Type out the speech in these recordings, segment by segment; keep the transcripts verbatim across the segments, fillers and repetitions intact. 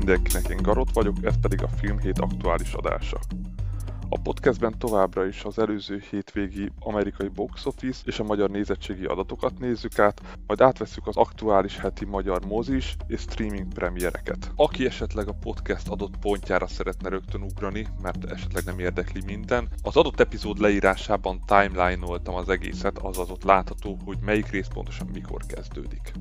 mindenkinek, én Garot vagyok, ez pedig a Filmhét aktuális adása. A podcastben továbbra is az előző hétvégi amerikai box office és a magyar nézettségi adatokat nézzük át, majd átvesszük az aktuális heti magyar mozis és streaming premiereket. Aki esetleg a podcast adott pontjára szeretne rögtön ugrani, mert esetleg nem érdekli minden, az adott epizód leírásában timeline-oltam az egészet, azaz ott látható, hogy melyik rész pontosan mikor kezdődik.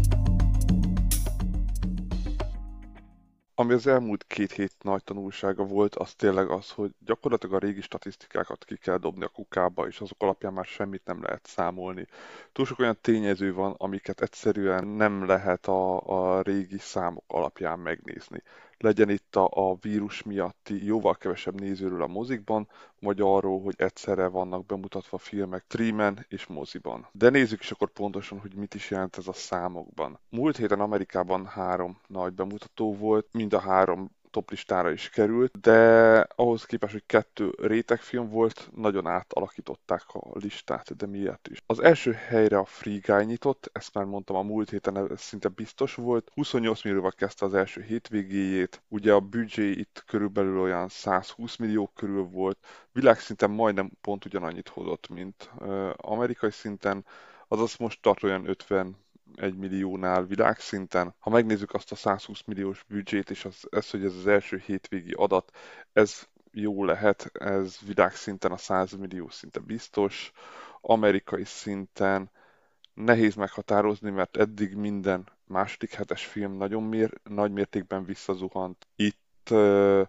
Ami az elmúlt két hét nagy tanulsága volt, az tényleg az, hogy gyakorlatilag a régi statisztikákat ki kell dobni a kukába, és azok alapján már semmit nem lehet számolni. Túl sok olyan tényező van, amiket egyszerűen nem lehet a, a régi számok alapján megnézni. Legyen itt a, a vírus miatti jóval kevesebb nézőről a mozikban, vagy arról, hogy egyszerre vannak bemutatva filmek streamen és moziban. De nézzük is akkor pontosan, hogy mit is jelent ez a számokban. Múlt héten Amerikában három nagy bemutató volt, mind a három toplistára is került, de ahhoz képest, hogy kettő rétegfilm volt, nagyon átalakították a listát, de miért is. Az első helyre a Free Guy nyitott, ezt már mondtam a múlt héten, ez szinte biztos volt. huszonnyolc millióval kezdte az első hétvégéjét, ugye a büdzsé itt körülbelül olyan százhúsz millió körül volt, világszinten majdnem pont ugyanannyit hozott, mint uh, amerikai szinten, azaz most tart olyan ötven egy milliónál világszinten. Ha megnézzük azt a százhúsz milliós büdzsét, és az, ez, hogy ez az első hétvégi adat, ez jó lehet, ez világszinten a száz millió szinte biztos, amerikai szinten nehéz meghatározni, mert eddig minden második hetes film nagyon mér, nagy mértékben visszazuhant. Itt uh,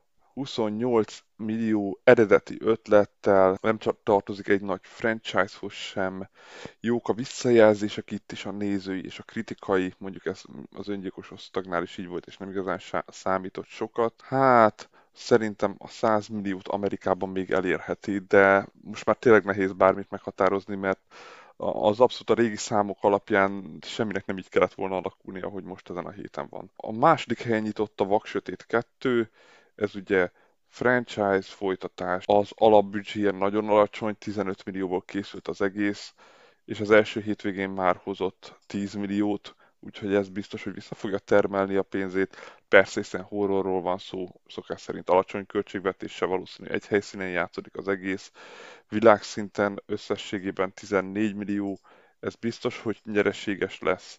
huszonnyolc millió eredeti ötlettel, nem csak tartozik egy nagy franchise-hoz sem, jók a visszajelzések itt is, a nézői és a kritikai, mondjuk ez az öngyilkos osztagnál is így volt, és nem igazán számított sokat. Hát szerintem a száz milliót Amerikában még elérheti, de most már tényleg nehéz bármit meghatározni, mert az abszolút a régi számok alapján semminek nem így kellett volna alakulni, ahogy most ezen a héten van. A második helyen nyitott a Vaksötét kettő, ez ugye franchise folytatás, az alapbüdzséje nagyon alacsony, tizenöt millióból készült az egész, és az első hétvégén már hozott tíz milliót, úgyhogy ez biztos, hogy vissza fogja termelni a pénzét. Persze, hiszen horrorról van szó, szokás szerint alacsony költségvetéssel, valószínű egy helyszínen játszódik az egész. Világszinten összességében tizennégy millió, ez biztos, hogy nyereséges lesz.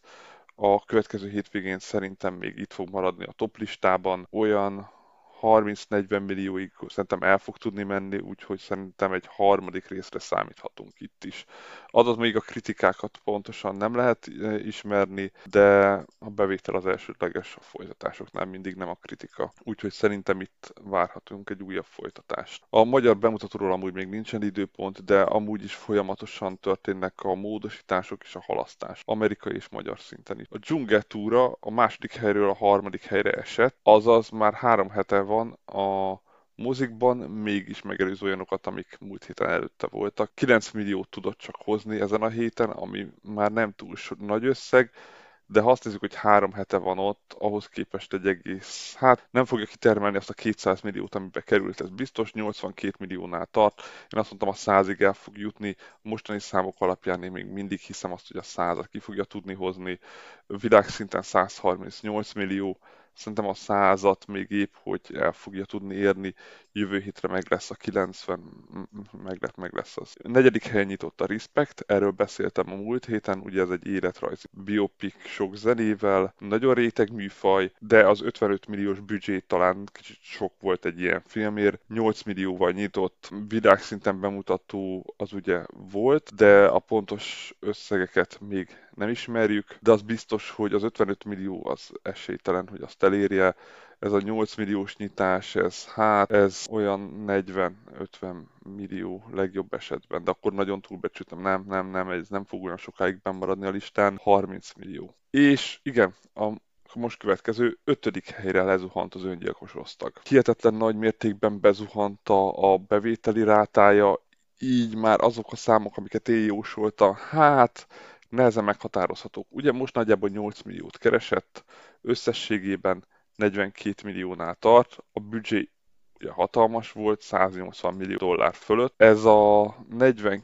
A következő hétvégén szerintem még itt fog maradni a toplistában, olyan harminc-negyven millióig szerintem el fog tudni menni, úgyhogy szerintem egy harmadik részre számíthatunk itt is. Azaz még a kritikákat pontosan nem lehet ismerni, de a bevétel az elsődleges, a folytatásoknál mindig nem a kritika. Úgyhogy szerintem itt várhatunk egy újabb folytatást. A magyar bemutatóról amúgy még nincsen időpont, de amúgy is folyamatosan történnek a módosítások és a halasztás, amerikai és magyar szinten is. A Dzsungel túra a második helyről a harmadik helyre esett, azaz már három hete van a mozikban, mégis megelőző olyanokat, amik múlt héten előtte voltak. kilenc milliót tudott csak hozni ezen a héten, ami már nem túl nagy összeg, de ha azt nézzük, hogy három hete van ott, ahhoz képest egy egész, hát nem fogja kitermelni azt a kétszáz milliót, amibe került, ez biztos, nyolcvankét milliónál tart. Én azt mondtam, a százig el fog jutni, a mostani számok alapján én még mindig hiszem azt, hogy a százat ki fogja tudni hozni. Világszinten százharmincnyolc millió, szerintem a százat még épp, hogy el fogja tudni érni, jövő hétre meg lesz a kilencven, meg, lesz, meg lesz az. A negyedik helyen nyitott a Respect, erről beszéltem a múlt héten, ugye ez egy életrajzi biopic sok zenével, nagyon réteg műfaj, de az ötvenöt milliós büdzsét talán kicsit sok volt egy ilyen filmért, nyolc millióval nyitott, világszinten bemutató az ugye volt, de a pontos összegeket még nem ismerjük, de az biztos, hogy az ötvenöt millió az esélytelen, hogy azt elérje. Ez a nyolc milliós nyitás, ez hát, ez olyan negyven-ötven millió legjobb esetben, de akkor nagyon túlbecsültem, nem, nem, nem, ez nem fog olyan sokáig bennmaradni a listán, harminc millió. És igen, a most következő ötödik helyre lezuhant az öngyilkos osztag. Hihetetlen nagy mértékben bezuhant a, a bevételi rátája, így már azok a számok, amiket én jósoltam, hát nehezen meghatározhatók. Ugye most nagyjából nyolc milliót keresett, összességében negyvenkét milliónál tart, a büdzsé ugye hatalmas volt, száznyolcvan millió dollár fölött. Ez a negyvenkettő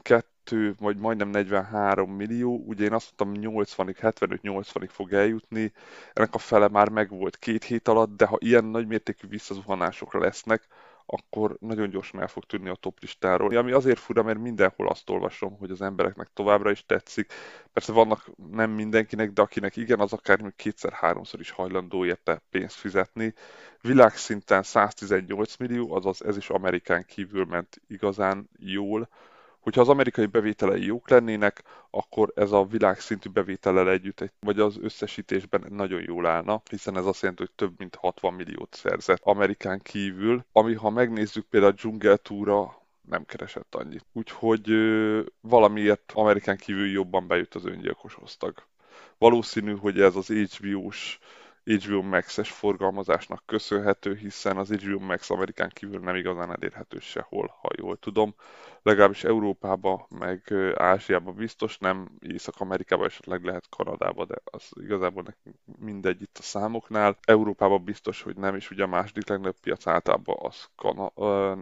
negyvenkettő vagy majdnem negyvenhárom millió, ugye én azt mondtam nyolcvanig, hetvenöt-nyolcvanig fog eljutni, ennek a fele már megvolt két hét alatt, de ha ilyen nagymértékű visszazuhanásokra lesznek, akkor nagyon gyorsan el fog tűnni a top listáról. Ami azért fura, mert mindenhol azt olvasom, hogy az embereknek továbbra is tetszik. Persze vannak nem mindenkinek, de akinek igen, az akár még kétszer-háromszor is hajlandó érte pénzt fizetni. Világszinten száztizennyolc millió, azaz ez is Amerikán kívül ment igazán jól. Hogyha az amerikai bevételei jók lennének, akkor ez a világszintű bevétellel együtt, egy, vagy az összesítésben nagyon jól állna, hiszen ez azt jelenti, hogy több mint hatvan milliót szerzett Amerikán kívül, ami ha megnézzük például a dzsungeltúra, nem keresett annyit. Úgyhogy ö, valamiért Amerikán kívül jobban bejött az öngyilkos osztag. Valószínű, hogy ez az há bé ó-s, há bé ó Max-es forgalmazásnak köszönhető, hiszen az há bé ó Max Amerikán kívül nem igazán elérhető sehol, ha jól tudom. Legalábbis Európában, meg Ázsiában biztos, nem Észak-Amerikában esetleg lehet Kanadába, de az igazából nekünk mindegy itt a számoknál. Európában biztos, hogy nem, és ugye a második legnagyobb piac általában az Kana-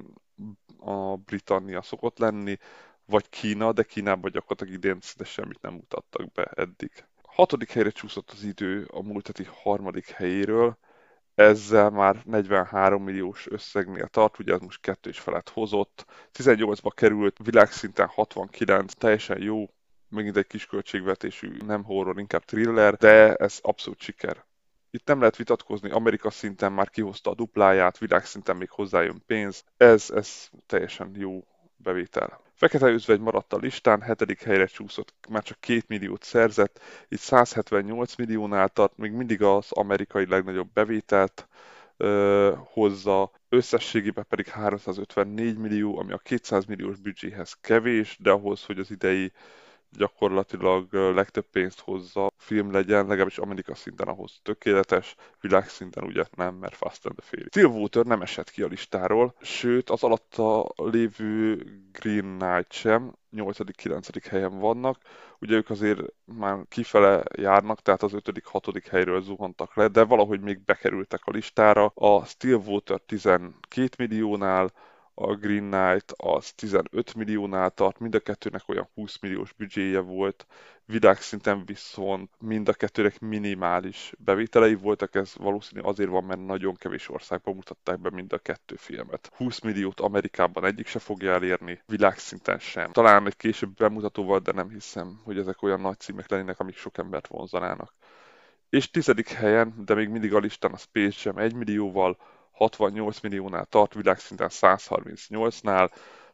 a Britannia szokott lenni, vagy Kína, de Kínában gyakorlatilag idén szinte semmit nem mutattak be eddig. Hatodik helyre csúszott az idő a múlt heti harmadik helyéről, ezzel már negyvenhárom milliós összegnél tart, ugye ez most kettő és felett hozott. tizennyolcba került, világszinten hatvankilenc, teljesen jó, megint egy kis költségvetésű, nem horror, inkább thriller, de ez abszolút siker. Itt nem lehet vitatkozni, Amerika szinten már kihozta a dupláját, világszinten még hozzájön pénz, ez, ez teljesen jó bevétel. Fekete özvegy maradt a listán, hetedik helyre csúszott, már csak két milliót szerzett, itt százhetvennyolc milliónál tart, még mindig az amerikai legnagyobb bevételt ö, hozza, összességében pedig háromszázötvennégy millió, ami a kétszáz milliós büdzséhez kevés, de ahhoz, hogy az idei gyakorlatilag legtöbb pénzt hozza film legyen, legalábbis Amerika szinten ahhoz tökéletes, világszinten ugye nem, mert Fast and the Furious. Stillwater nem esett ki a listáról, sőt az alatta lévő Green Knight sem, nyolcadik-kilencedik helyen vannak, ugye ők azért már kifele járnak, tehát az ötödik-hatodik helyről zuhantak le, de valahogy még bekerültek a listára. A Stillwater tizenkét milliónál, a Green Knight az tizenöt milliónál tart, mind a kettőnek olyan húsz milliós büdzséje volt, világszinten viszont mind a kettőnek minimális bevételei voltak, ez valószínű azért van, mert nagyon kevés országban mutatták be mind a kettő filmet. húsz milliót Amerikában egyik se fogja elérni, világszinten sem. Talán egy később bemutatóval, de nem hiszem, hogy ezek olyan nagy címek lennének, amik sok embert vonzanának. És tizedik helyen, de még mindig a listán a Space Jam egy millióval, hatvannyolc milliónál tart, világszinten százharmincnyolcnál,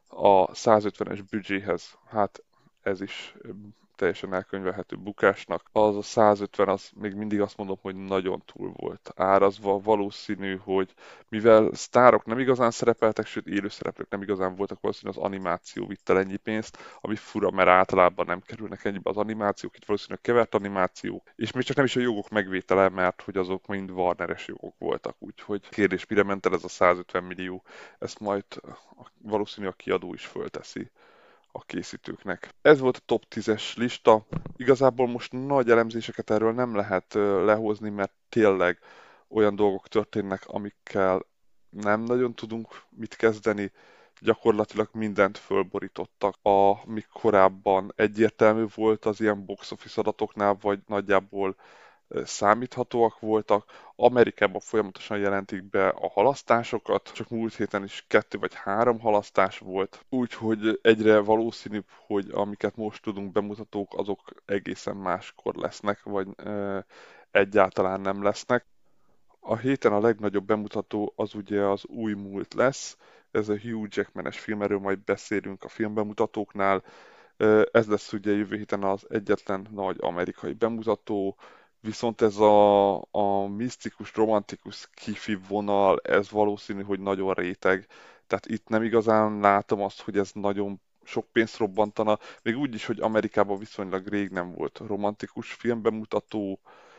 a százötvenes büdzséhez, hát ez is teljesen elkönyvelhető bukásnak. Az a százötven, az még mindig azt mondom, hogy nagyon túl volt árazva. Valószínű, hogy mivel sztárok nem igazán szerepeltek, sőt élőszereplők nem igazán voltak, valószínű az animáció vitt el ennyi pénzt, ami fura, mert általában nem kerülnek ennyibe az animációk, itt valószínűleg kevert animációk, és még csak nem is a jogok megvétele, mert hogy azok mind Warneres jogok voltak, úgyhogy kérdés, mire ment el ez a százötven millió, ezt majd valószínű a kiadó is fölteszi a készítőknek. Ez volt a top tízes lista. Igazából most nagy elemzéseket erről nem lehet lehozni, mert tényleg olyan dolgok történnek, amikkel nem nagyon tudunk mit kezdeni. Gyakorlatilag mindent fölborítottak, amik korábban egyértelmű volt az ilyen box office adatoknál, vagy nagyjából számíthatóak voltak. Amerikában folyamatosan jelentik be a halasztásokat, csak múlt héten is kettő vagy három halasztás volt, úgyhogy egyre valószínűbb, hogy amiket most tudunk bemutatók, azok egészen máskor lesznek, vagy e, egyáltalán nem lesznek. A héten a legnagyobb bemutató az ugye az Új múlt lesz, ez a Hugh Jackman-es film, erről majd beszélünk a filmbemutatóknál. Ez lesz ugye jövő héten az egyetlen nagy amerikai bemutató, viszont ez a, a misztikus, romantikus kifi vonal, ez valószínű, hogy nagyon réteg. Tehát itt nem igazán látom azt, hogy ez nagyon sok pénzt robbantana. Még úgy is, hogy Amerikában viszonylag rég nem volt romantikus filmbemutató,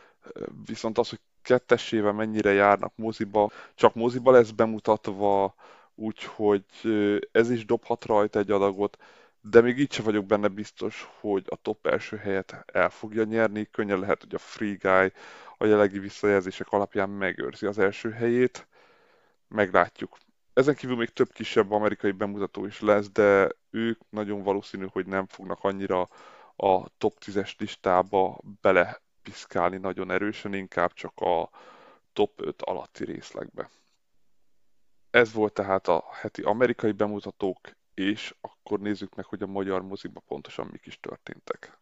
viszont az, hogy kettessével mennyire járnak moziba, csak moziba lesz bemutatva, úgyhogy ez is dobhat rajta egy adagot, de még így sem vagyok benne biztos, hogy a top első helyet el fogja nyerni. Könnyen lehet, hogy a Free Guy a jelenlegi visszajelzések alapján megőrzi az első helyét. Meglátjuk. Ezen kívül még több kisebb amerikai bemutató is lesz, de ők nagyon valószínű, hogy nem fognak annyira a top tízes listába belepiszkálni nagyon erősen, inkább csak a top öt alatti részlegbe. Ez volt tehát a heti amerikai bemutatók, és akkor nézzük meg, hogy a magyar moziba pontosan mik is történtek.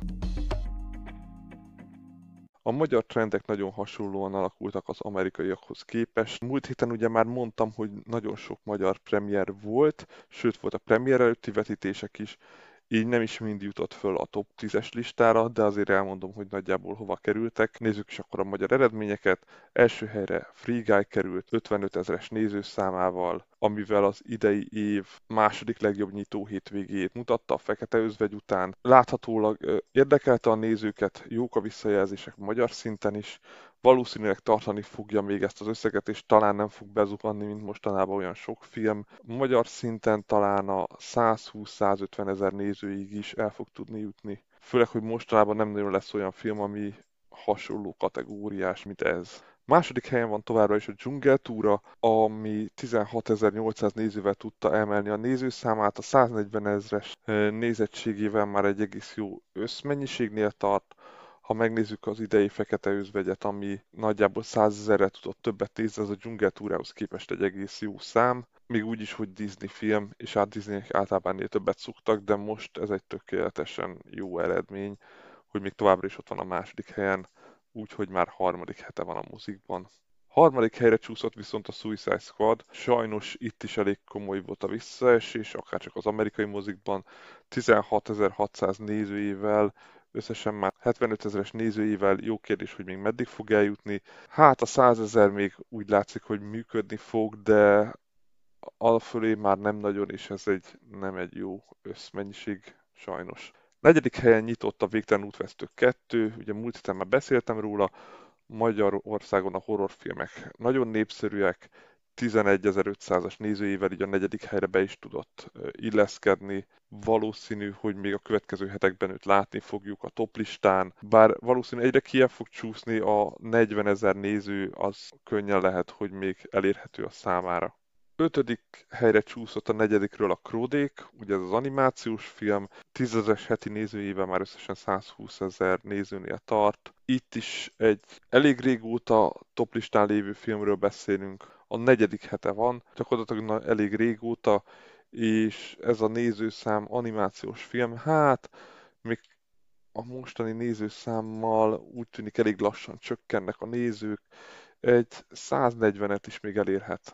A magyar trendek nagyon hasonlóan alakultak az amerikaiakhoz képest. Múlt héten ugye már mondtam, hogy nagyon sok magyar premier volt, sőt volt a premier előtti vetítések is, így nem is mind jutott föl a top tízes listára, de azért elmondom, hogy nagyjából hova kerültek. Nézzük is akkor a magyar eredményeket. Első helyre Free Guy került ötvenöt ezeres nézőszámával, amivel az idei év második legjobb nyitó hétvégéjét mutatta a Fekete Özvegy után. Láthatólag ö, érdekelte a nézőket, jók a visszajelzések magyar szinten is, valószínűleg tartani fogja még ezt az összeget, és talán nem fog bezuhanni, mint mostanában olyan sok film. Magyar szinten talán a százhúsz-százötven ezer nézőig is el fog tudni jutni. Főleg, hogy mostanában nem nagyon lesz olyan film, ami hasonló kategóriás, mint ez. Második helyen van továbbra is a Dzsungeltúra, ami tizenhatezer-nyolcszáz nézővel tudta emelni a nézőszámát, a száznegyven ezres nézettségével már egy egész jó összmennyiségnél tart. Ha megnézzük az idei Fekete Özvegyet, ami nagyjából százezerre tudott többet nézni, az a Dzsungeltúrához képest egy egész jó szám. Még úgy is, hogy Disney film, és hát Disneynek általában ennél többet szoktak, de most ez egy tökéletesen jó eredmény, hogy még továbbra is ott van a második helyen, úgyhogy már harmadik hete van a mozikban. Harmadik helyre csúszott viszont a Suicide Squad, sajnos itt is elég komoly volt a visszaesés, akárcsak az amerikai mozikban, tizenhatezer-hatszáz nézőjével, összesen már hetvenöt ezeres nézőjével, jó kérdés, hogy még meddig fog eljutni. Hát a százezer még úgy látszik, hogy működni fog, de alfölé már nem nagyon, és ez egy, nem egy jó összmennyiség, sajnos. Negyedik helyen nyitott a Végtelen útvesztő kettő, ugye múlt héten már beszéltem róla, Magyarországon a horrorfilmek nagyon népszerűek, tizenegyezer-ötszázas nézőjével így a negyedik helyre be is tudott illeszkedni. Valószínű, hogy még a következő hetekben őt látni fogjuk a toplistán, bár valószínű egyre kijebb fog csúszni, a negyven ezer néző az könnyen lehet, hogy még elérhető a számára. Ötödik helyre csúszott a negyedikről a Kródék, ugye ez az animációs film, tízezeres heti nézőjével már összesen százhúsz ezer nézőnél tart. Itt is egy elég régóta toplistán lévő filmről beszélünk, a negyedik hete van, gyakorlatilag elég régóta, és ez a nézőszám animációs film, hát még a mostani nézőszámmal úgy tűnik elég lassan csökkennek a nézők, egy száznegyvenet is még elérhet.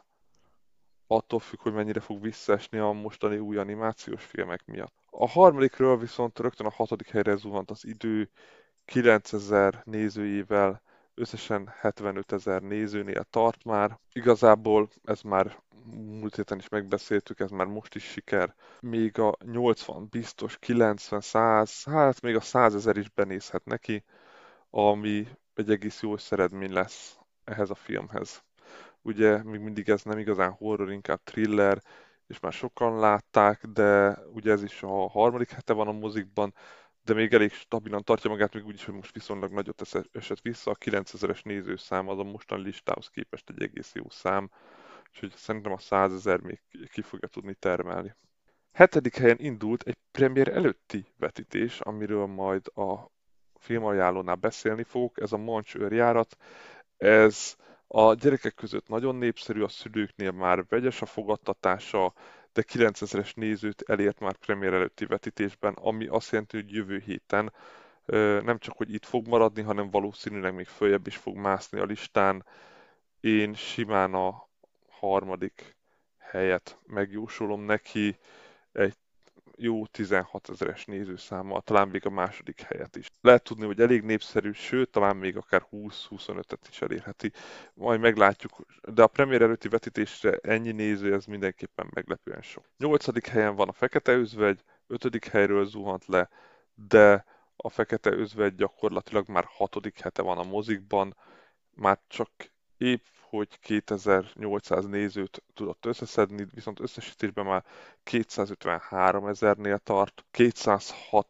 Attól függ, hogy mennyire fog visszaesni a mostani új animációs filmek miatt. A harmadikről viszont rögtön a hatodik helyre zuhant az idő, kilencezer nézőjével, összesen hetvenöt ezer nézőnél tart már. Igazából ez már múlt héten is megbeszéltük, ez már most is siker. Még a nyolcvan biztos, kilencven, száz, hát még a százezer is benézhet neki, ami egy egész jó eredmény lesz ehhez a filmhez. Ugye még mindig ez nem igazán horror, inkább thriller, és már sokan látták, de ugye ez is a harmadik hete van a mozikban, de még elég stabilan tartja magát, még úgyis, hogy most viszonylag nagyot esett vissza, a kilencezeres nézőszám az a mostani listához képest egy egész jó szám, úgyhogy szerintem a százezer még ki fogja tudni termelni. Hetedik helyen indult egy premier előtti vetítés, amiről majd a filmajánlónál beszélni fogok, ez a Mancs őrjárat, ez a gyerekek között nagyon népszerű, a szülőknél már vegyes a fogadtatása, de kilencezeres nézőt elért már premier előtti vetítésben, ami azt jelenti, hogy jövő héten nem csak, hogy itt fog maradni, hanem valószínűleg még följebb is fog mászni a listán. Én simán a harmadik helyet megjósolom neki, egy jó tizenhat ezeres nézőszámmal, talán még a második helyet is. Lehet tudni, hogy elég népszerű, sőt, talán még akár húsz-huszonötöt is elérheti. Majd meglátjuk, de a premier előtti vetítésre ennyi néző, ez mindenképpen meglepően sok. Nyolcadik helyen van a Fekete Özvegy, ötödik helyről zuhant le, de a Fekete Özvegy gyakorlatilag már hatodik hete van a mozikban, már csak épp hogy kétezer-nyolcszáz nézőt tudott összeszedni, viszont összesítésben már kétszázötvenhárom ezernél tart,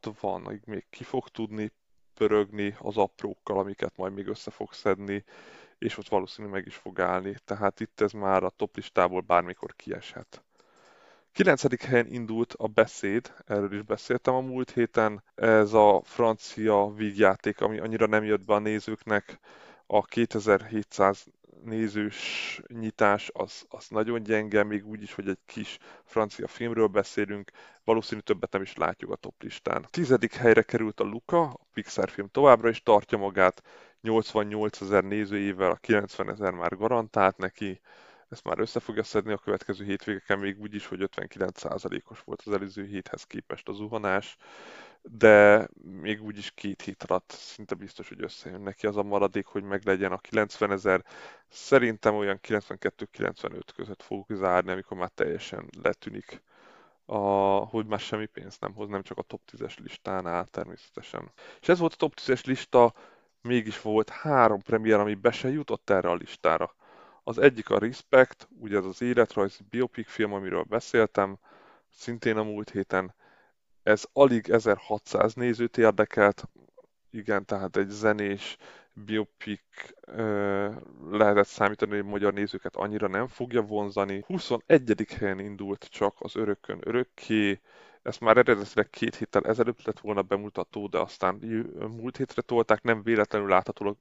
kétszázhatvanig még ki fog tudni pörögni az aprókkal, amiket majd még össze fog szedni, és ott valószínű meg is fog állni, tehát itt ez már a top listából bármikor kieshet. Kilencedik helyen indult a Beszéd, erről is beszéltem a múlt héten. Ez a francia vígjáték, ami annyira nem jött be a nézőknek. A kétezer-hétszáz nézős nyitás az, az nagyon gyenge, még úgy is, hogy egy kis francia filmről beszélünk, valószínű többet nem is látjuk a top listán. Tizedik helyre került a Luca, a Pixar film továbbra is tartja magát, nyolcvannyolc ezer nézőjével, a kilencven ezer már garantált neki, ezt már össze fogja szedni a következő hétvégeken, még úgy is, hogy ötvenkilenc százalékos volt az előző héthez képest a zuhanás, de még úgy is két hét alatt szinte biztos, hogy összejön neki az a maradék, hogy meglegyen a kilencven ezer. Szerintem olyan kilencvenkettő-kilencvenöt között fogok zárni, amikor már teljesen letűnik, a, hogy már semmi pénzt nem hoz, nem csak a top tízes listán áll természetesen. És ez volt a top tízes lista, mégis volt három premier, ami be se jutott erre a listára. Az egyik a Respect, ugye ez az életrajzi biopic film, amiről beszéltem, szintén a múlt héten. Ez alig ezerhatszáz nézőt érdekelt, igen, tehát egy zenés biopic ö, lehetett számítani, hogy magyar nézőket annyira nem fogja vonzani. huszonegyedik helyen indult csak az Örökön örökké, ezt már eredetileg két héttel ezelőtt lett volna bemutató, de aztán múlt hétre tolták, nem véletlenül láthatólag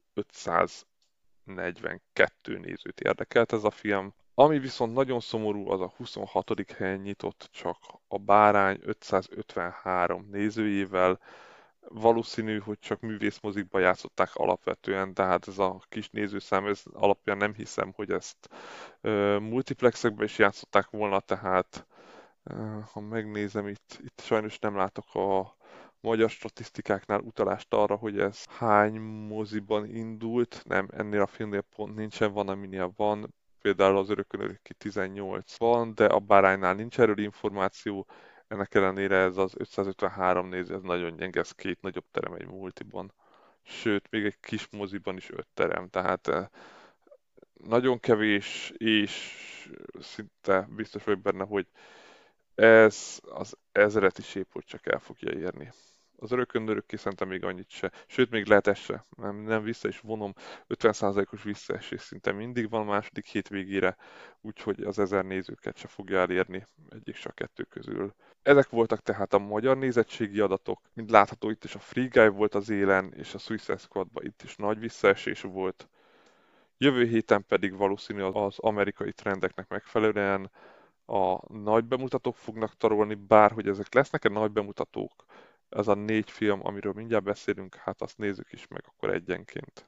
ötszáznegyvenkettő nézőt érdekelt ez a film. Ami viszont nagyon szomorú, az a huszonhatodik helyen nyitott csak a Bárány ötszázötvenhárom nézőjével. Valószínű, hogy csak művészmozikban játszották alapvetően, tehát ez a kis nézőszám, ez alapján nem hiszem, hogy ezt uh, multiplexekben is játszották volna, tehát uh, ha megnézem itt, itt sajnos nem látok a magyar statisztikáknál utalást arra, hogy ez hány moziban indult, nem, ennél a filmnél pont nincsen, van aminél van, például az Örökön örökké tizennyolc van, de a Báránynál nincs erről információ, ennek ellenére ez az ötszázötvenhárom néző, ez nagyon gyenge, ez két nagyobb terem egy multiban. Sőt, még egy kis moziban is öt terem, tehát eh, nagyon kevés, és szinte biztos vagyok benne, hogy ez az ezeret is épp hogy csak el fogja érni. Az Örökön örökké szerintem még annyit se. Sőt, még lehet ez se. Nem, nem vissza is vonom. ötven százalékos visszaesés szinte mindig van a második hétvégére, úgyhogy az ezer nézőket se fogja elérni egyik se a kettő közül. Ezek voltak tehát a magyar nézettségi adatok. Mint látható, itt is a Free Guy volt az élen, és a Suicide Squadban itt is nagy visszaesés volt. Jövő héten pedig valószínű az amerikai trendeknek megfelelően a nagy bemutatók fognak tarolni, bárhogy ezek lesznek-e nagy bemutatók, ez a négy film, amiről mindjárt beszélünk, hát azt nézzük is meg akkor egyenként.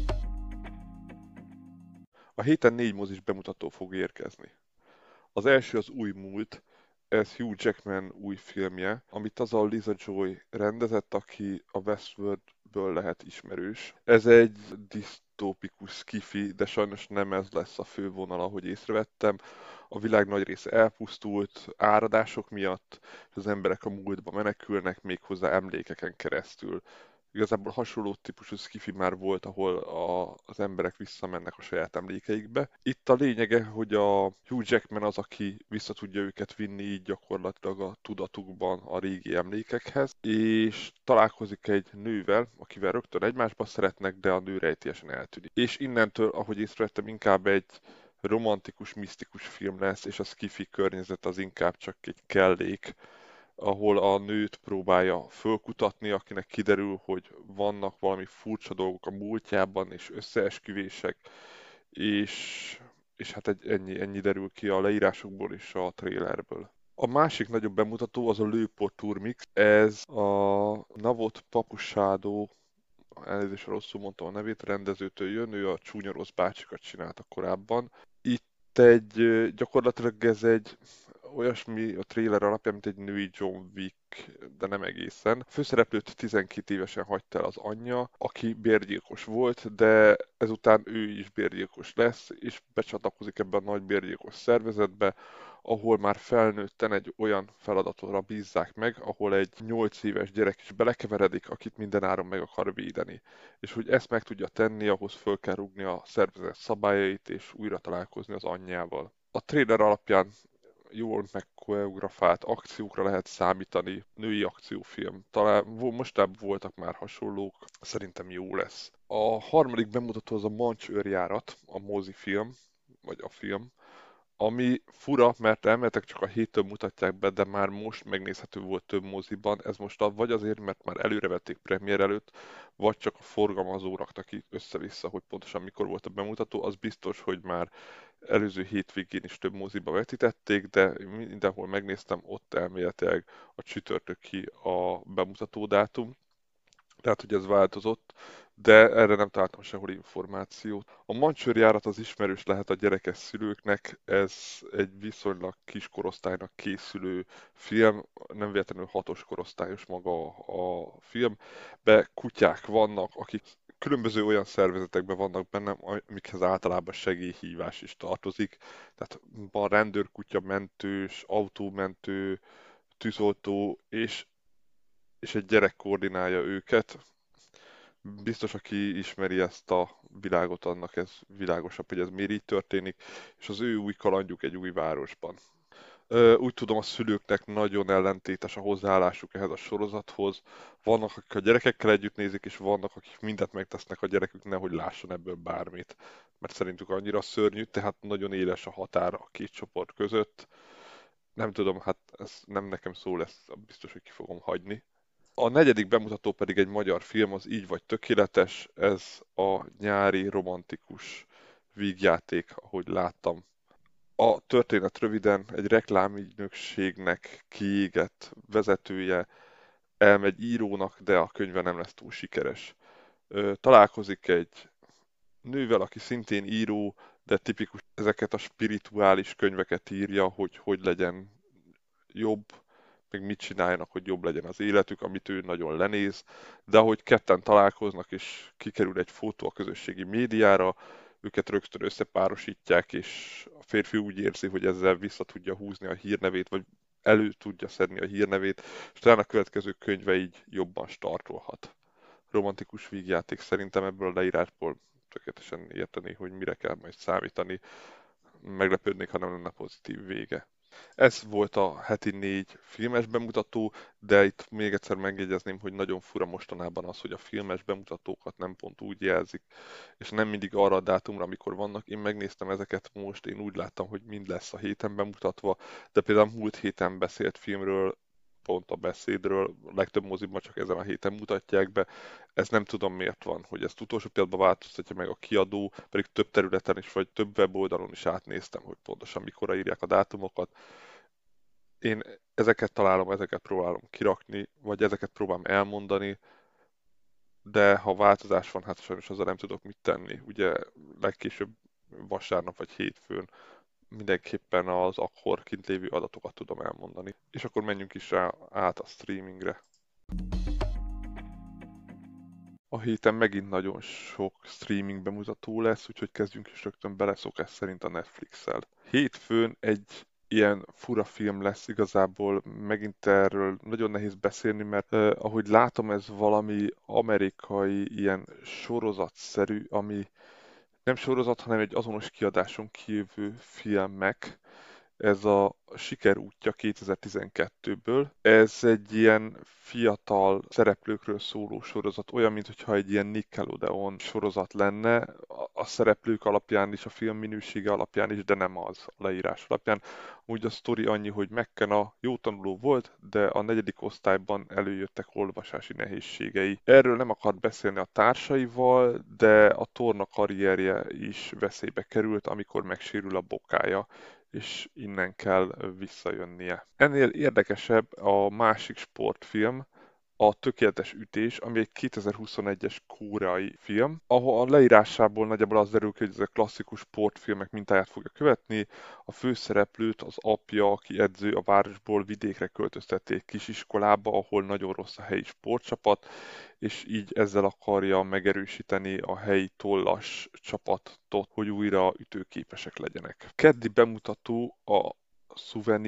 A héten négy mozis bemutató fog érkezni. Az első az Új múlt, ez Hugh Jackman új filmje, amit az a Lisa Joy rendezett, aki a Westworldből lehet ismerős. Ez egy disztópikus skifi, de sajnos nem ez lesz a fő vonal, ahogy észrevettem. A világ nagy része elpusztult áradások miatt, és az emberek a múltba menekülnek, méghozzá emlékeken keresztül. Igazából hasonló típusú skifi már volt, ahol a, az emberek visszamennek a saját emlékeikbe. Itt a lényege, hogy a Hugh Jackman az, aki vissza tudja őket vinni így gyakorlatilag a tudatukban a régi emlékekhez, és találkozik egy nővel, akivel rögtön egymásba szeretnek, de a nő rejtélyesen eltűnik. És innentől, ahogy észrevettem, inkább egy romantikus, misztikus film lesz, és a skifi környezet az inkább csak egy kellék, ahol a nőt próbálja fölkutatni, akinek kiderül, hogy vannak valami furcsa dolgok a múltjában, és összeesküvések, és, és hát egy, ennyi, ennyi derül ki a leírásokból és a trailerből. A másik nagyobb bemutató az a Lőpor Turmix, ez a Navot Papusádó, elnézést, rosszul mondtam a nevét, rendezőtől jön, ő a Csúnya Rossz bácsikat csinálta korábban. Itt egy, gyakorlatilag ez egy olyasmi a trailer alapján, mint egy női John Wick, de nem egészen. A főszereplőt tizenkét évesen hagyta el az anyja, aki bérgyilkos volt, de ezután ő is bérgyilkos lesz, és becsatlakozik ebbe a nagy bérgyilkos szervezetbe, ahol már felnőtten egy olyan feladatra bízzák meg, ahol egy nyolc éves gyerek is belekeveredik, akit mindenáron meg akar védeni. És hogy ezt meg tudja tenni, ahhoz föl kell rúgni a szervezet szabályait, és újra találkozni az anyjával. A trailer alapján jól koreografált akciókra lehet számítani, női akciófilm. Talán mostában voltak már hasonlók, szerintem jó lesz. A harmadik bemutató az a Mancs őrjárat, a mozifilm, vagy a film, ami fura, mert elméletek csak a héttől mutatják be, de már most megnézhető volt több moziban. Ez most vagy azért, mert már előrevették premier előtt, vagy csak a forgalmazó rakta ki össze-vissza, hogy pontosan mikor volt a bemutató. Az biztos, hogy már előző hétvégén is több moziba vetítették, de mindenhol megnéztem, ott elméletileg a csütörtöki a bemutató dátum. Tehát, hogy ez változott, de erre nem találtam sehol információt. A Mancsőrjárat az ismerős lehet a gyerekes szülőknek, ez egy viszonylag kis korosztálynak készülő film, nem véletlenül hatos korosztályos maga a film, be kutyák vannak, akik különböző olyan szervezetekben vannak benne, amikhez általában segélyhívás is tartozik. Tehát van rendőrkutya, mentős, autómentő, tűzoltó, és és egy gyerek koordinálja őket. Biztos, aki ismeri ezt a világot, annak ez világosabb, hogy ez miért így történik, és az ő új kalandjuk egy új városban. Úgy tudom, a szülőknek nagyon ellentétes a hozzáállásuk ehhez a sorozathoz. Vannak, akik a gyerekekkel együtt nézik, és vannak, akik mindent megtesznek a gyerekük, nehogy lásson ebből bármit. Mert szerintük annyira szörnyű, tehát nagyon éles a határ a két csoport között. Nem tudom, hát ez nem nekem szól, ezt biztos, hogy ki fogom hagyni. A negyedik bemutató pedig egy magyar film, az Így vagy tökéletes, ez a nyári romantikus vígjáték, ahogy láttam. A történet röviden, egy reklámügynökségnek kiégett vezetője elmegy írónak, de a könyve nem lesz túl sikeres. Ö, találkozik egy nővel, aki szintén író, de tipikus ezeket a spirituális könyveket írja, hogy hogy legyen jobb, meg mit csináljanak, hogy jobb legyen az életük, amit ő nagyon lenéz, de ahogy ketten találkoznak, és kikerül egy fotó a közösségi médiára, őket rögtön összepárosítják, és a férfi úgy érzi, hogy ezzel vissza tudja húzni a hírnevét, vagy elő tudja szedni a hírnevét, és talán a következő könyve így jobban startolhat. Romantikus vígjáték, szerintem ebből a leírásból tökéletesen érteni, hogy mire kell majd számítani. Meglepődnék, ha nem lenne pozitív vége. Ez volt a heti négy filmes bemutató, de itt még egyszer megjegyezném, hogy nagyon fura mostanában az, hogy a filmes bemutatókat nem pont úgy jelzik, és nem mindig arra a dátumra, amikor vannak. Én megnéztem ezeket most, én úgy láttam, hogy mind lesz a héten bemutatva, de például múlt héten beszélt filmről, pont a beszédről, a legtöbb moziban csak ezen a héten mutatják be. Ez nem tudom miért van, hogy ezt utolsó pillanatban változtatja meg a kiadó, pedig több területen is, vagy több weboldalon is átnéztem, hogy pontosan mikorra írják a dátumokat. Én ezeket találom, ezeket próbálom kirakni, vagy ezeket próbálom elmondani, de ha változás van, hát sajnos azzal nem tudok mit tenni. Ugye legkésőbb vasárnap vagy hétfőn mindenképpen az akkor kint lévő adatokat tudom elmondani. És akkor menjünk is rá át a streamingre. A héten megint nagyon sok streaming bemutató lesz, úgyhogy kezdjünk is rögtön bele szokás szerint a Netflix-el. Hétfőn egy ilyen fura film lesz igazából, megint erről nagyon nehéz beszélni, mert eh, ahogy látom, ez valami amerikai ilyen sorozatszerű, ami nem sorozat, hanem egy azonos kiadáson kijövő filmek. Ez a Siker útja kétezer-tizenkettőből. Ez egy ilyen fiatal szereplőkről szóló sorozat, olyan, mintha egy ilyen Nickelodeon sorozat lenne, a a szereplők alapján is, a film minősége alapján is, de nem az a leírás alapján. Úgy a sztori annyi, hogy McKenna jó tanuló volt, de a negyedik osztályban előjöttek olvasási nehézségei. Erről nem akart beszélni a társaival, de a torna karrierje is veszélybe került, amikor megsérül a bokája, és innen kell visszajönnie. Ennél érdekesebb a másik sportfilm, a Tökéletes ütés, ami egy kétezer-huszonegyes koreai film, ahol a leírásából nagyjából az derül ki, hogy ez a klasszikus sportfilmek mintáját fogja követni. A főszereplőt az apja, aki edző, a városból vidékre költöztették kisiskolába, ahol nagyon rossz a helyi sportcsapat, és így ezzel akarja megerősíteni a helyi tollas csapatot, hogy újra ütőképesek legyenek. Keddi bemutató a Souvenir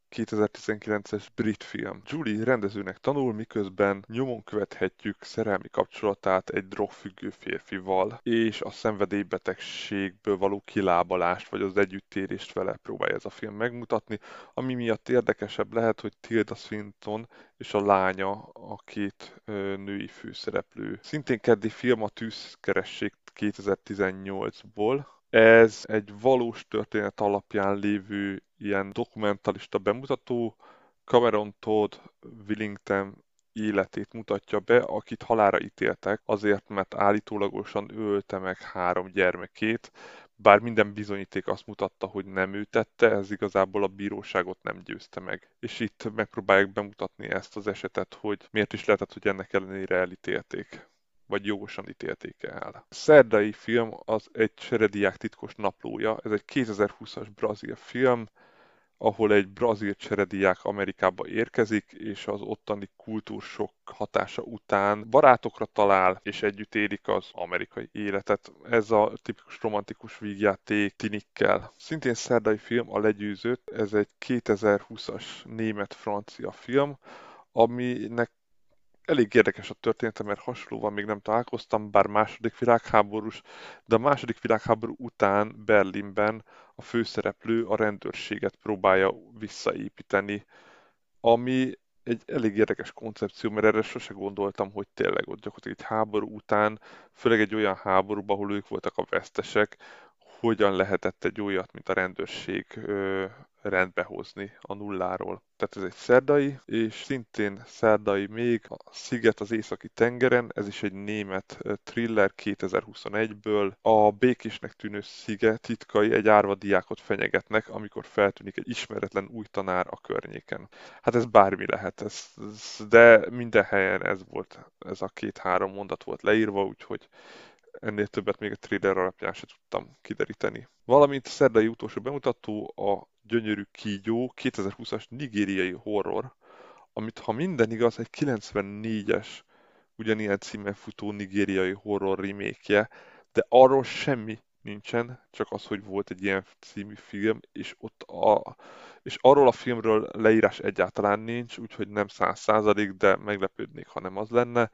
kétezer-tizenkilences brit film. Julie rendezőnek tanul, miközben nyomon követhetjük szerelmi kapcsolatát egy drogfüggő férfival, és a szenvedélybetegségből való kilábalást, vagy az együttérést vele próbálja ez a film megmutatni, ami miatt érdekesebb lehet, hogy Tilda Swinton és a lánya a két ö, női főszereplő. Szintén keddi film a Tűzkeresség kétezer-tizennyolcból. Ez egy valós történet alapján lévő ilyen dokumentalista bemutató. Cameron Todd Willington életét mutatja be, akit halálra ítéltek azért, mert állítólagosan ölte meg három gyermekét, bár minden bizonyíték azt mutatta, hogy nem ő tette, ez igazából a bíróságot nem győzte meg. És itt megpróbálják bemutatni ezt az esetet, hogy miért is lehetett, hogy ennek ellenére elítélték, vagy jogosan ítélték el. A szerdai film az egy cserediák titkos naplója, ez egy kétezer-húszas brazil film, ahol egy brazil cserediák Amerikába érkezik, és az ottani kultúrsok hatása után barátokra talál, és együtt élik az amerikai életet. Ez a tipikus romantikus vígjáték tinikkel. Szintén szerdai film A legyőzött, ez egy kétezer-húszas német-francia film, aminek elég érdekes a története, mert hasonlóval még nem találkoztam, bár második világháborús, de a második világháború után Berlinben a főszereplő a rendőrséget próbálja visszaépíteni, ami egy elég érdekes koncepció, mert erre sose gondoltam, hogy tényleg ott gyakorlatilag egy háború után, főleg egy olyan háborúban, ahol ők voltak a vesztesek, hogyan lehetett egy olyat, mint a rendőrség ö, rendbe hozni a nulláról. Tehát ez egy szerdai, és szintén szerdai még a Sziget az északi tengeren, ez is egy német thriller kétezer-huszonegyből. A békésnek tűnő sziget titkai egy árva diákot fenyegetnek, amikor feltűnik egy ismeretlen új tanár a környéken. Hát ez bármi lehet, ez, ez, de minden helyen ez volt, ez a két-három mondat volt leírva, úgyhogy ennél többet még a trailer alapján sem tudtam kideríteni. Valamint a szerdai utolsó bemutató a Gyönyörű kígyó kétezer-húszas nigériai horror, amit ha minden igaz, egy kilencvennégyes ugyanilyen címen futó nigériai horror remake-je, de arról semmi nincsen, csak az, hogy volt egy ilyen című film, és ott a, és arról a filmről leírás egyáltalán nincs, úgyhogy nem száz százalék, de meglepődnék, ha nem az lenne.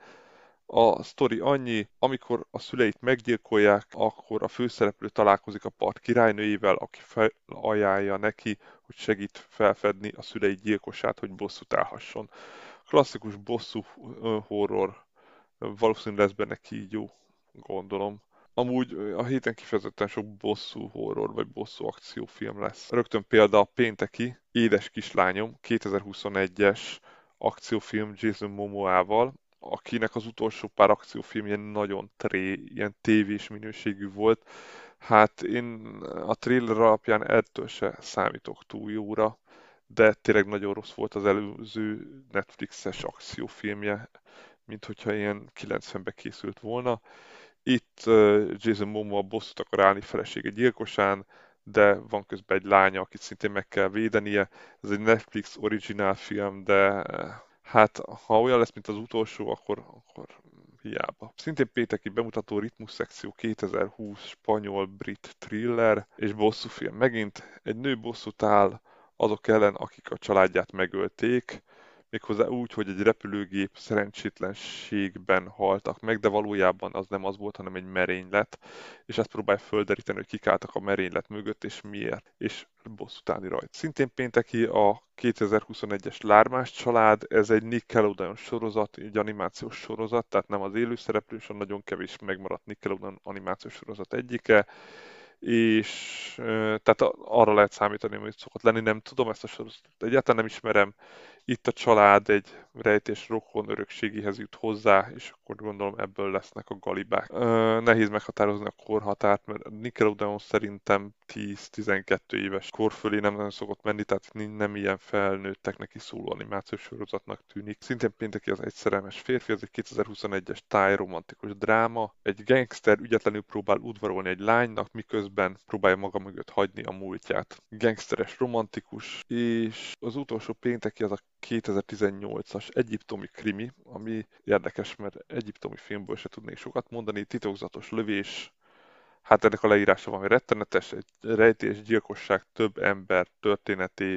A sztori annyi, amikor a szüleit meggyilkolják, akkor a főszereplő találkozik a part királynőjével, aki felajánlja neki, hogy segít felfedni a szülei gyilkosát, hogy bosszút állhasson. Klasszikus bosszú horror, valószínűleg lesz benne kígyó, gondolom. Amúgy a héten kifejezetten sok bosszú horror vagy bosszú akciófilm lesz. Rögtön példa a pénteki Édes kislányom kétezer-huszonegyes akciófilm Jason Momoával, akinek az utolsó pár akciófilmje nagyon tré, ilyen tévés minőségű volt. Hát én a trailer alapján ettől se számítok túl jóra, de tényleg nagyon rossz volt az előző Netflixes akciófilmje, mint hogyha ilyen kilencvenben készült volna. Itt uh, Jason Momoa bosszút akar állni felesége gyilkosán, de van közben egy lánya, akit szintén meg kell védenie. Ez egy Netflix originál film, de hát ha olyan lesz, mint az utolsó, akkor, akkor hiába. Szintén pénteki bemutató Ritmus szekció kétezer-húsz spanyol-brit thriller és bosszúfilm. Megint egy nő bosszút áll azok ellen, akik a családját megölték, méghozzá úgy, hogy egy repülőgép szerencsétlenségben haltak meg, de valójában az nem az volt, hanem egy merénylet, és ezt próbálja földeríteni, hogy kik álltak a merénylet mögött, és miért, és bosszút állni rajta. Szintén pénteki a kétezer-huszonegyes Lármás család, ez egy Nickelodeon sorozat, egy animációs sorozat, tehát nem az élőszereplő, és a nagyon kevés megmaradt Nickelodeon animációs sorozat egyike, és tehát arra lehet számítani, hogy szokott lenni, nem tudom ezt a sorozatot, egyáltalán nem ismerem. Itt a család egy rejtés rokon örökségéhez jut hozzá, és akkor gondolom ebből lesznek a galibák. Nehéz meghatározni a korhatárt, mert Nickelodeon szerintem tíz-tizenkét éves kor fölé nem nagyon szokott menni, tehát nem ilyen felnőttek neki szóló animációs sorozatnak tűnik. Szintén pénteki az Egy szerelmes férfi, ez egy kétezer-huszonegyes táj romantikus dráma. Egy gangster ügyetlenül próbál udvarolni egy lánynak, miközben próbálja maga mögött hagyni a múltját. Gangsteres romantikus, és az utolsó pénteki az a kétezer-tizennyolcas egyiptomi krimi, ami érdekes, mert egyiptomi filmből se tudnék sokat mondani, titokzatos lövés, hát ennek a leírása valami rettenetes, egy rejtélyes gyilkosság több ember történetét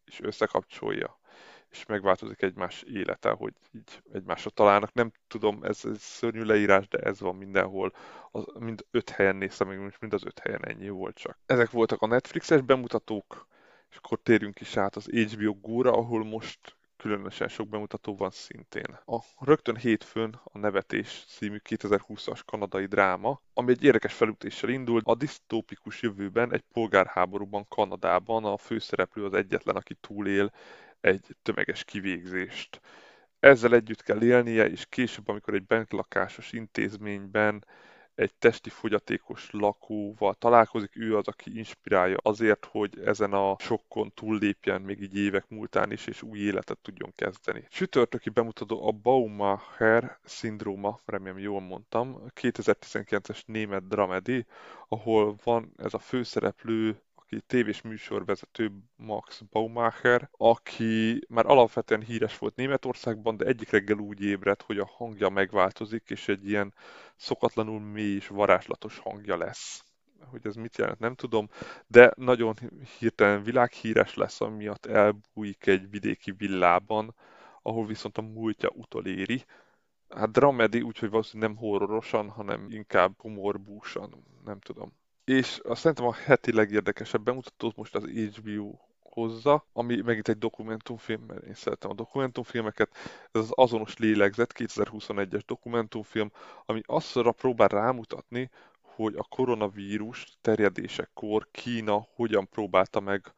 és összekapcsolja, és megváltozik egymás élete, hogy így egymásra találnak. Nem tudom, ez, ez szörnyű leírás, de ez van mindenhol. Az, mind öt helyen néztem, meg most mind az öt helyen ennyi volt csak. Ezek voltak a Netflixes bemutatók, és akkor térjünk is át az há bé o Go-ra, ahol most különösen sok bemutató van szintén. A rögtön hétfőn a Nevetés című kétezer-húszas kanadai dráma, ami egy érdekes felütéssel indult. A disztópikus jövőben egy polgárháborúban Kanadában a főszereplő az egyetlen, aki túlél egy tömeges kivégzést. Ezzel együtt kell élnie, és később, amikor egy bentlakásos intézményben egy testi fogyatékos lakóval találkozik, ő az, aki inspirálja azért, hogy ezen a sokkon túllépjen még így évek múltán is, és új életet tudjon kezdeni. Csütörtöki bemutató a Baumacher szindróma, remélem jól mondtam, kétezer-tizenkilences német dramedy, ahol van ez a főszereplő, aki tévés műsorvezető Max Baumacher, aki már alapvetően híres volt Németországban, de egyik reggel úgy ébredt, hogy a hangja megváltozik, és egy ilyen szokatlanul mély és varázslatos hangja lesz. Hogy ez mit jelent, nem tudom, de nagyon hirtelen világhíres lesz, amiatt elbújik egy vidéki villában, ahol viszont a múltja utoléri. Hát dramedy, úgyhogy valószínűleg nem horrorosan, hanem inkább humorbúsan, nem tudom. És azt szerintem a heti legérdekesebb bemutatót most az há bé o hozza, ami megint egy dokumentumfilm, mert én szeretem a dokumentumfilmeket. Ez az Azonos lélegzet, kétezer-huszonegyes dokumentumfilm, ami azra próbál rámutatni, hogy a koronavírus terjedésekor Kína hogyan próbálta meg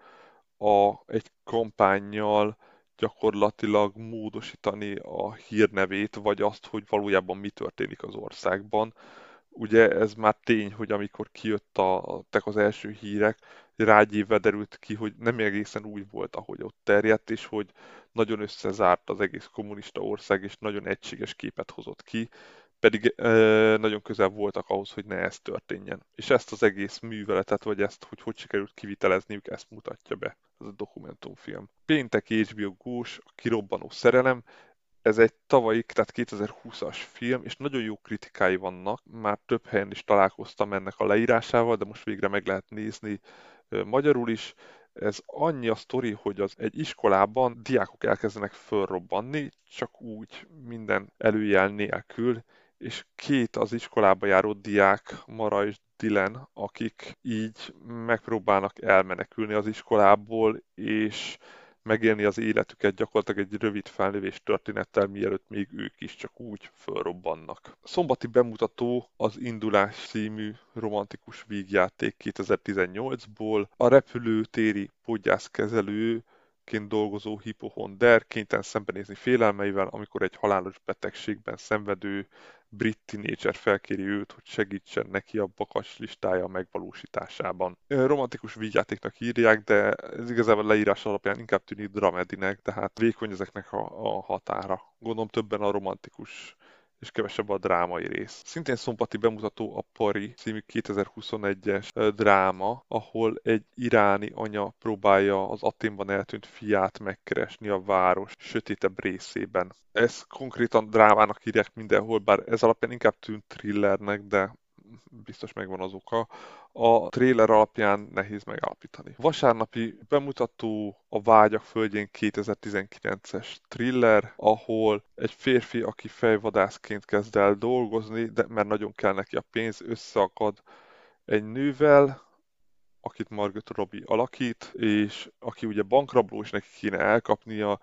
a, egy kampánnyal gyakorlatilag módosítani a hírnevét, vagy azt, hogy valójában mi történik az országban. Ugye ez már tény, hogy amikor kijött a, az első hírek, rá egy évvel derült ki, hogy nem egészen úgy volt, ahogy ott terjedt, és hogy nagyon összezárt az egész kommunista ország, és nagyon egységes képet hozott ki, pedig e, nagyon közel voltak ahhoz, hogy ne ez történjen. És ezt az egész műveletet, vagy ezt, hogy hogy sikerült kivitelezniük, ezt mutatja be ez a dokumentumfilm. Péntek há bé o Go-s, a kirobbanó szerelem, ez egy tavalyi, tehát kétezer-húszas film, és nagyon jó kritikái vannak. Már több helyen is találkoztam ennek a leírásával, de most végre meg lehet nézni ö, magyarul is. Ez annyi a sztori, hogy az egy iskolában diákok elkezdenek fölrobbanni, csak úgy minden előjel nélkül, és két az iskolába járó diák, Mara és Dylan, akik így megpróbálnak elmenekülni az iskolából, és megélni az életüket gyakorlatilag egy rövid felnövés történettel, mielőtt még ők is csak úgy fölrobbannak. A szombati bemutató az Indulás című romantikus vígjáték kétezer-tizennyolcból. A repülőtéri podgyászkezelő ként dolgozó hipohonder kénytelen szembenézni félelmeivel, amikor egy halálos betegségben szenvedő brit tinédzser felkéri őt, hogy segítsen neki a bakacs listája megvalósításában. Romantikus vígjátéknak írják, de ez igazából leírás alapján inkább tűnik dramedinek, tehát vékony ezeknek a, a határa. Gondolom többen a romantikus és kevesebb a drámai rész. Szintén szombati bemutató a Pari című kétezer-huszonegyes dráma, ahol egy iráni anya próbálja az Athénban eltűnt fiát megkeresni a város sötétebb részében. Ez konkrétan drámának írják mindenhol, bár ez alapján inkább tűnt thrillernek, de biztos megvan az oka. A trailer alapján nehéz megállapítani. Vasárnapi bemutató a Vágyak földjén kétezer-tizenkilences thriller, ahol egy férfi, aki fejvadászként kezd el dolgozni, de mert nagyon kell neki a pénz, összeakad egy nővel, akit Margot Robbie alakít, és aki ugye bankrabló, és neki kéne elkapnia,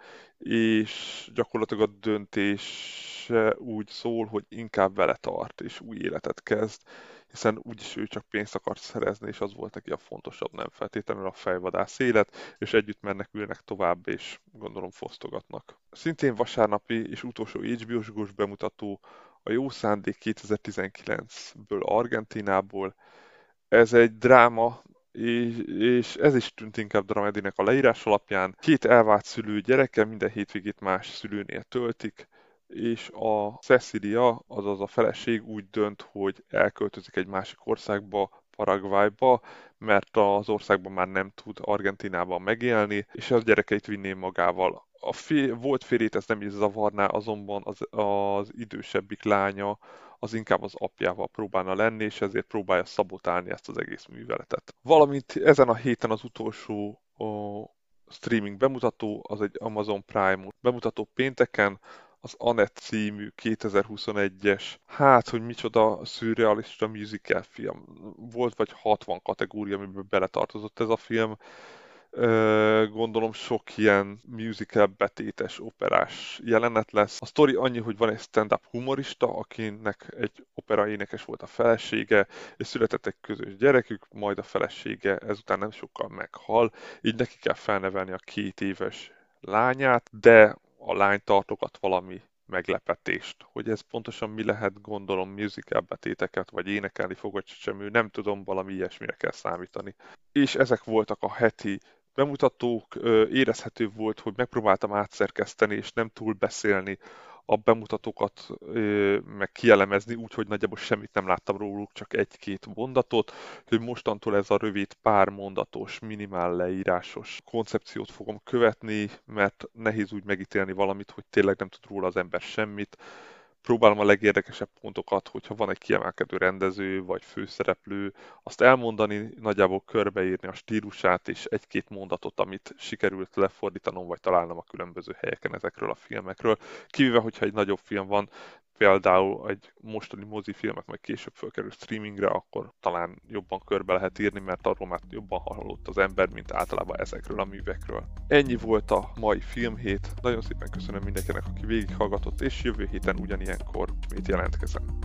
és gyakorlatilag a döntés úgy szól, hogy inkább vele tart, és új életet kezd, hiszen úgyis ő csak pénzt akart szerezni, és az volt neki a fontosabb, nem feltétlenül a fejvadász élet, és együtt menekülnek tovább, és gondolom fosztogatnak. Szintén vasárnapi és utolsó há bé o-s bemutató a Jó szándék kétezer-tizenkilencből, Argentinából. Ez egy dráma, és, és ez is tűnt inkább dramedinek a leírás alapján. Két elvált szülő gyereke minden hétvégét más szülőnél töltik, és a Cecilia, azaz a feleség úgy dönt, hogy elköltözik egy másik országba, Paraguayba, mert az országban már nem tud Argentinában megélni, és a gyerekeit vinné magával. A fé, volt férjét ez nem is zavarná, azonban az, az idősebbik lánya az inkább az apjával próbálna lenni, és ezért próbálja szabotálni ezt az egész műveletet. Valamint ezen a héten az utolsó a streaming bemutató, az egy Amazon Prime bemutató pénteken, az Annette című kétezer-huszonegyes, hát, hogy micsoda szürrealista musical film. Volt vagy hatvan kategória, amiben beletartozott ez a film. Ö, gondolom sok ilyen musical betétes, operás jelenet lesz. A sztori annyi, hogy van egy stand-up humorista, akinek egy opera énekes volt a felesége, és született egy közös gyerekük, majd a felesége ezután nem sokkal meghal, így neki kell felnevelni a két éves lányát, de a lány tartogat valami meglepetést. Hogy ez pontosan mi lehet, gondolom musical betéteket, vagy énekelni fog, vagy sem, ő nem tudom, valami ilyesmire kell számítani. És ezek voltak a heti bemutatók. Érezhető volt, hogy megpróbáltam átszerkeszteni, és nem túl beszélni a bemutatókat, meg kielemezni, úgyhogy nagyjából semmit nem láttam róluk, csak egy-két mondatot, hogy mostantól ez a rövid pár mondatos, minimál leírásos koncepciót fogom követni, mert nehéz úgy megítélni valamit, hogy tényleg nem tud róla az ember semmit. Próbálom a legérdekesebb pontokat, hogyha van egy kiemelkedő rendező vagy főszereplő, azt elmondani, nagyjából körbeírni a stílusát, és egy-két mondatot, amit sikerült lefordítanom, vagy találnom a különböző helyeken ezekről a filmekről. Kivéve, hogyha egy nagyobb film van, például egy mostani mozifilmet, majd később fölkerül streamingre, akkor talán jobban körbe lehet írni, mert arról már jobban hallott az ember, mint általában ezekről a művekről. Ennyi volt a mai filmhét. Nagyon szépen köszönöm mindenkinek, aki végighallgatott, és jövő héten ugyanilyenkor ismét jelentkezem.